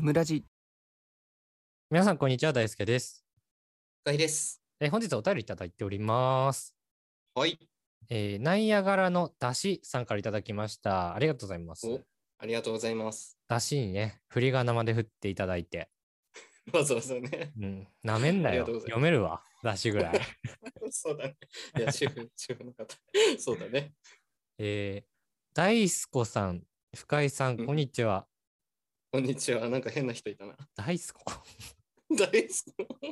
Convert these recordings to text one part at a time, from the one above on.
ムラジ。 皆さん、こんにちは。大輔です。 深井です。 本日お便りいただいております。 はい。 ナイアガラのだしさんからいただきました。ありがとうございます。 ありがとうございます。 だしにね、振り仮名まで振っていただいて。 わざわざね。 なめんなよ。読めるわ。だしぐらい。 そうだね。いや、主婦の方。そうだね。 大輔さん、深井さん、こんにちは。 こんにちは。なんか変な人いたな。 大輔大輔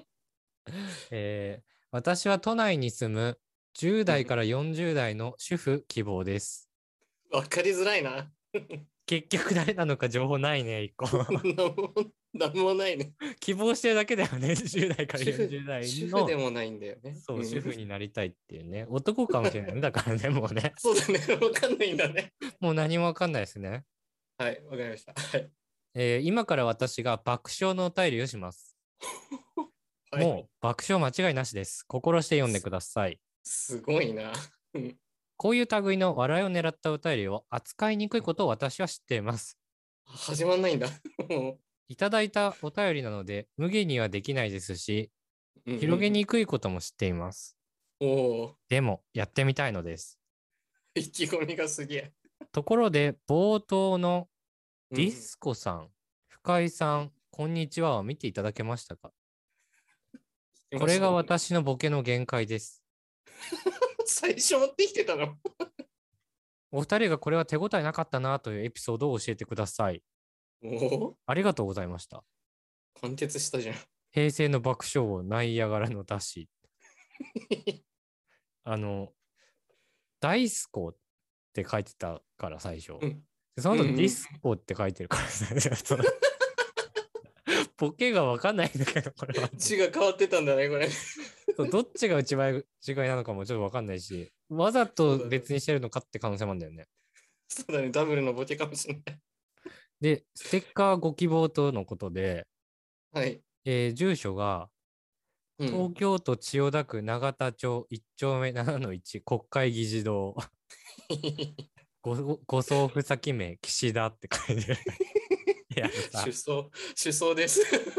私は都内に住む10代から40代の主婦希望です。 わかりづらいな。 結局誰なのか情報ないね、一個。 なんもないね。 希望してるだけだよね、10代から40代の。 主婦でもないんだよね。 そう、主婦になりたいっていうね。男かもしれないね。だからね、もうね。 そうだね。わかんないんだね。 もう何もわかんないですね。 はい、わかりました。はい。 今から私が爆笑のお便りをします。 はい、 もう爆笑間違いなしです。心して読んでください。 すごいな。 こういう類の笑いを狙ったお便りを扱いにくいことを私は知っています。 始まんないんだ。 いただいたお便りなので、無限にはできないですし、広げにくいことも知っています。でも、やってみたいのです。 意気込みがすげえ。 ところで、冒頭のディスコさん、深井さん、こんにちはを見ていただけましたか？これが私のボケの限界です。 最初持ってきてたの？ お二人がこれは手応えなかったなというエピソードを教えてください。ありがとうございました。 完結したじゃん。 平成の爆笑をナイアガラのだし。大スコって書いてたから最初。その後ディスコって書いてるからさ、ボケがわかんないんだけど、これは。 字が変わってたんだね、これ。 どっちが内違いなのかもちょっとわかんないし、わざと別にしてるのかって可能性もあるんだよね。 そうだね、ダブルのボケかもしれない。 で、ステッカーご希望とのことで、 はい。 住所が、東京都千代田区永田町1丁目7-1国会議事堂。ご送付先名、岸田って書いてる。いやさ、 首相です。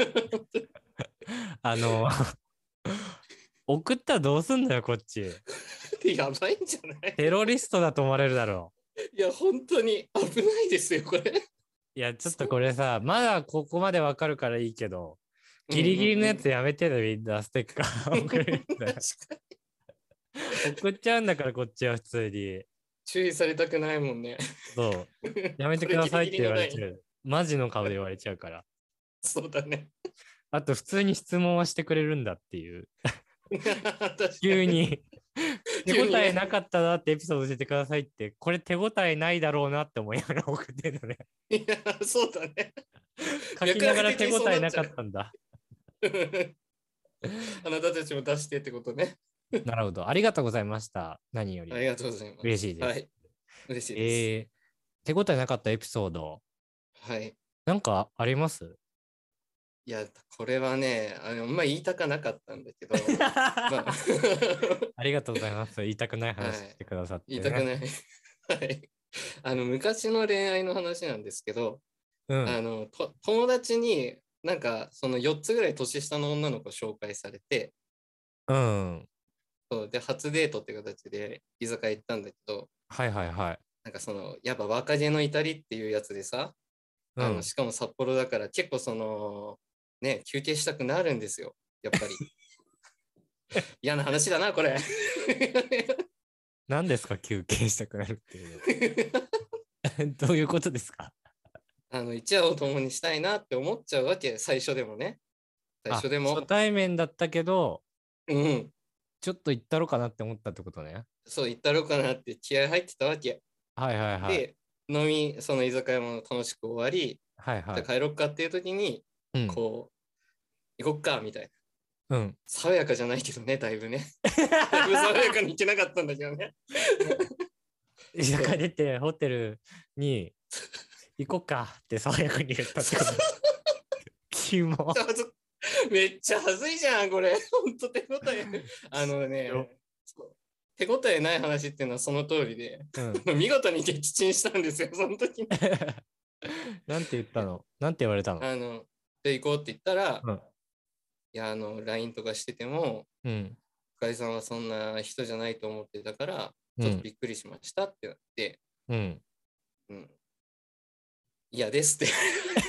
送ったらどうすんだよ、こっち。 やばいんじゃない？ テロリストだと思われるだろう。いや、本当に危ないですよ、これ。 いや、ちょっとこれさ、まだここまでわかるからいいけど、ギリギリのやつやめてね、みんな、ステッカー送るんだよ。送っちゃうんだから、こっちは普通に。 注意されたくないもんね。 そう。やめてくださいって言われちゃう。マジの顔で言われちゃうから。 そうだね。 あと、普通に質問はしてくれるんだっていう。急に。手応えなかったなってエピソード教えてくださいって、これ手応えないだろうなって思いながら送ってるのね。 いや、そうだね。 書きながら手応えなかったんだ。 あなたたちも出してってことね。 なるほど。ありがとうございました。何より。 ありがとうございます。 嬉しいです。 はい。嬉しいです。 手応えなかったエピソード。 はい。 なんかあります？ いや、これはね、言いたかなかったんだけど。 ありがとうございます。言いたくない話してくださって、 言いたくない。はい。昔の恋愛の話なんですけど、友達になんかその4つぐらい年下の女の子を紹介されて、そうで初デートって形で居酒屋行ったんだけど、 はいはいはい。 なんかやっぱ若気の至りっていうやつでさ、しかも札幌だから結構ね、休憩したくなるんですよ、やっぱり。嫌な話だな、これ。 何ですか、休憩したくなるっていうの。どういうことですか？ 一夜を共にしたいなって思っちゃうわけ、最初でもね。最初でも。 初対面だったけど、ちょっと行ったろかなって思ったってことね。 そう、行ったろかなって気合入ってたわけ。 はいはいはい。 で、その居酒屋も楽しく終わり、 はいはい、 じゃあ帰ろっかっていう時に、こう、行こっかみたいな。 爽やかじゃないけどね、だいぶね。だいぶ爽やかに行けなかったんだけどね。 居酒屋出てホテルに行こっかって爽やかに言ったってこと。キモ。 めっちゃ恥ずいじゃん、これ。ほんと手応え。手応えない話っていうのはその通りで、見事に撃沈したんですよ、その時に。 なんて言ったの？なんて言われたの？ で行こうって言ったら、 うん。 いや、LINE とかしてても、 うん。 深井さんはそんな人じゃないと思ってたから、ちょっとうん。 びっくりしましたってなって、 うん。 うん、嫌ですって。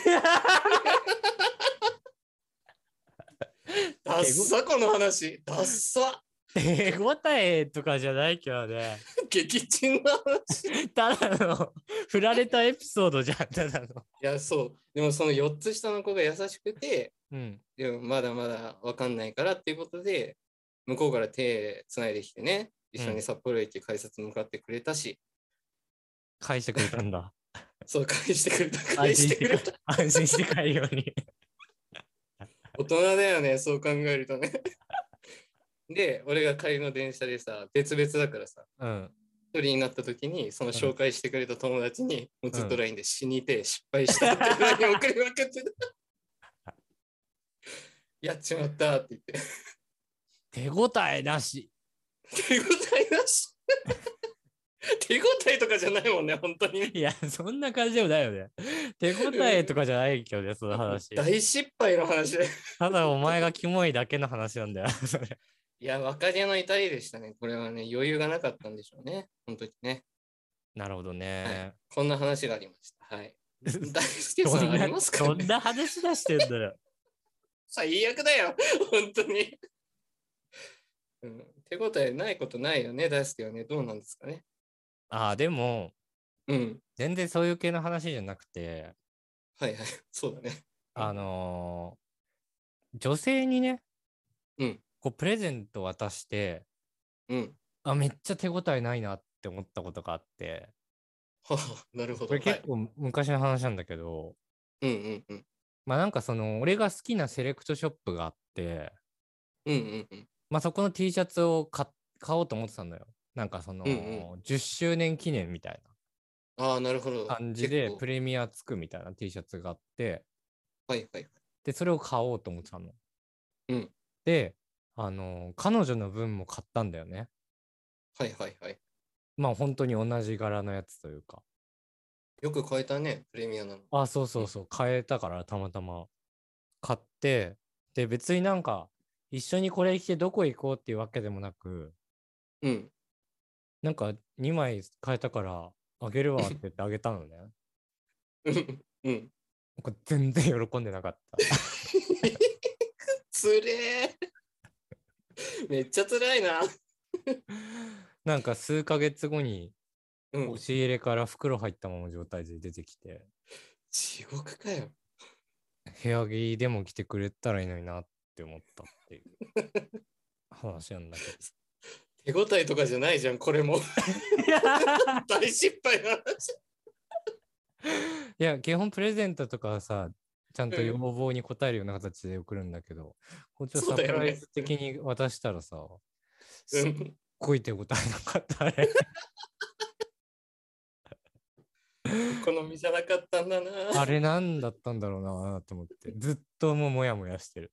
ダッ手ご、 サ、この話。ダッサ。 手応えとかじゃないけどね。 激鎮の話。いただの、振られたエピソードじゃん、ただの。 や、そう。でもその4つ下の子が優しくて、 うん。 でもまだまだわかんないからっていうことで、向こうから手つないできてね、一緒に札幌駅改札向かってくれたし、 返してくれたんだ。 そう、返してくれた、 安返心してか、 してくれた。 安心して帰るように。 大人だよね、そう考えるとね。で、俺が帰りの電車でさ、別々だからさ、 うん。 一人になった時に、その紹介してくれた友達に、もうずっとうん LINE で死にて失敗したって LINE 送りまくってた。やっちまったって言って。 手応えなし。 手応えなし。手応えとかじゃないもんね、本当に。 いや、そんな感じでもないよね。手応えとかじゃないけどね、その話。 大失敗の話で。 ただお前がキモいだけの話なんだよ、それ。 いや、若気の至りでしたね。これはね、余裕がなかったんでしょうね。本当にね。 なるほどはい。 ね。 こんな話がありました。はい。大輔さんありますかね？ どんな話出してんだよ。 最悪だよ。本当に。うん、手応えないことないよね、大輔はね。どうなんですかね。 ああ、でも、 うん。 全然そういう系の話じゃなくて、 はいはい。そうだね。 あの女性にね、 うん。 こうプレゼント渡して、 うん。 あ、めっちゃ手応えないなって思ったことがあって、 はは、なるほど。はい。 これ結構昔の話なんだけど、 うんうんうん。 まあなんかその、俺が好きなセレクトショップがあって、 うんうんうん。 まあそこの T シャツを買おうと思ってたんだよ。なんかそうんうん。 の、10周年記念みたいああ、なるほなど。 感じで、 結構。 プレミアつくみたいな T シャツがあって、 はいはいはい。 で、それを買おうと思ってたの。 うん。 で、彼女の分も買ったんだよね。 はいはいはい。 まあ本当に同じ柄のやつというか。 よく買えたね、プレミアなの。 あ、そううん。 そうそう、買えたからたまたま買って、で、別になんか、一緒にこれ着てどこ行こうっていうわけでもなく、 うん。 なんか2枚買えたからあげるわって言ってあげたのね。 うん。うん。 これ全然喜んでなかった。 つれー。めっちゃ辛いな。 なんか数ヶ月後にうん。 押し入れから袋入ったまま状態で出てきて、 地獄かよ。 部屋着でも着てくれたらいいのになって思ったっていう話なんだけど。 手応えとかじゃないじゃん、これも。大失敗な話。 いや、基本プレゼントとかはさ、ちゃんと要うん。 望に応えるような形で送るんだけど、こっちはそうサプライだよね。 ズ的に渡したらさ、すっうん。 ごい手応えなかったあれ。 好みじゃなかったんだな。 あれ何だったんだろうなと思って、ずっともうモヤモヤしてる。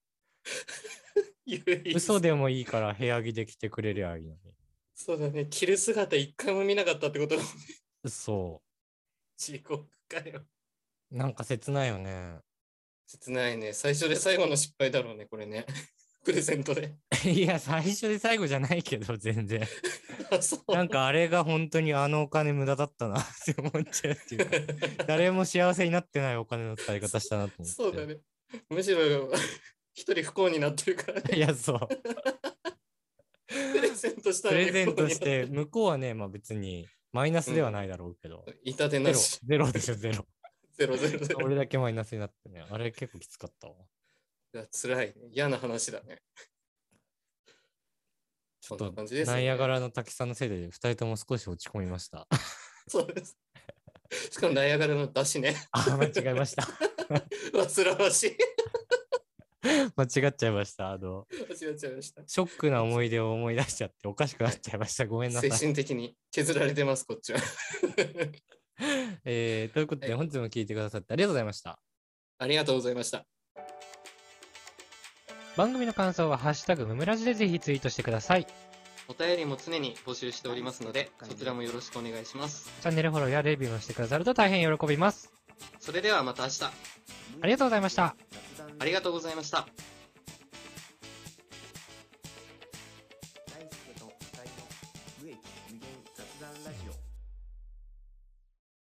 嘘でもいいから部屋着で着てくれりゃいいのに。 そうだね。着る姿一回も見なかったってことだもんね。 そ地獄かよ。 う。なんか切ないよね。 切ないね。最初で最後の失敗だろうね、これね。プレゼントで。 いや、最初で最後じゃないけど、全然。 あ、そう。 なんかあれが本当にあのお金無駄だったなって思っちゃうっていうか、誰も幸せになってないお金の使い方したなと思って。 そうだね。むしろ一人不幸になってるからね。 いや、そう。 プレゼントしたのにプレゼン不幸になってトして、 る。 向こうはね、まあ別にマイナスではないだろうけど、 痛手ゼロ、 なし。 ゼロでしょ、ゼロ。 ゼロゼロゼロ。 俺だけマイナスになってね、あれ結構きつかったわ。 いや、辛いね。嫌な話だね。 ちょっとそんな感じですナイアガね。 ラの滝さんのせいで2人とも少し落ち込みました。 そうです。しかもナイアガラの出しね。 あ、間違えました。 煩わしい。 間違っちゃいました。 間違っちゃいました。 ショックな思い出を思い出しちゃっておかしくなっちゃいました。ごめんな精さい。 神的に削られてます、こっちは。 ということで、 はい、 本日も聞いてくださってありがとうございました。 ありがとうございました。 番組の感想はハッシュタグムムラジでぜひツイートしてください。 お便りも常に募集しておりますので、そちらもよろしくお願いします。 チャンネルフォローやレビューもしてくださると大変喜びます。 それではまた明日。 ありがとうございました。 ありがとうございました。 大輔と二人の無益無限雑談ラジオ。